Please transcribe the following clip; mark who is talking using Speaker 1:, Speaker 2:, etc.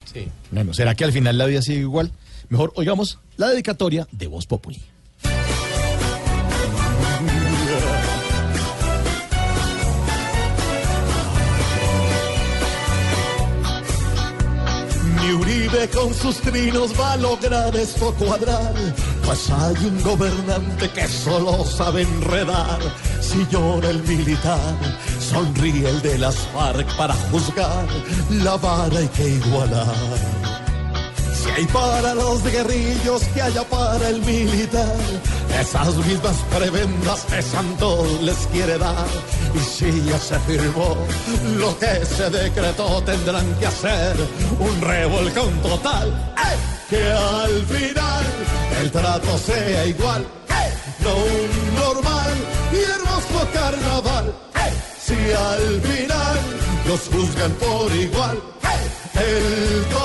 Speaker 1: Sí.
Speaker 2: Bueno, ¿será que al final la vida sigue igual? Mejor oigamos la dedicatoria de Voz Populi.
Speaker 3: Ni Uribe con sus trinos va a lograr esto cuadrar, pues hay un gobernante que solo sabe enredar. Si llora el militar, sonríe el de las FARC. Para juzgar, la vara hay que igualar. Si hay para los guerrillos, que haya para el militar. Esas mismas prebendas que Santos les quiere dar. Y si ya se firmó lo que se decretó, tendrán que hacer un revolcón total. ¡Ey! Que al final el trato sea igual, ¡ey! No un normal y hermoso carnaval. ¡Ey! Si al final los juzgan por igual, ¡ey! El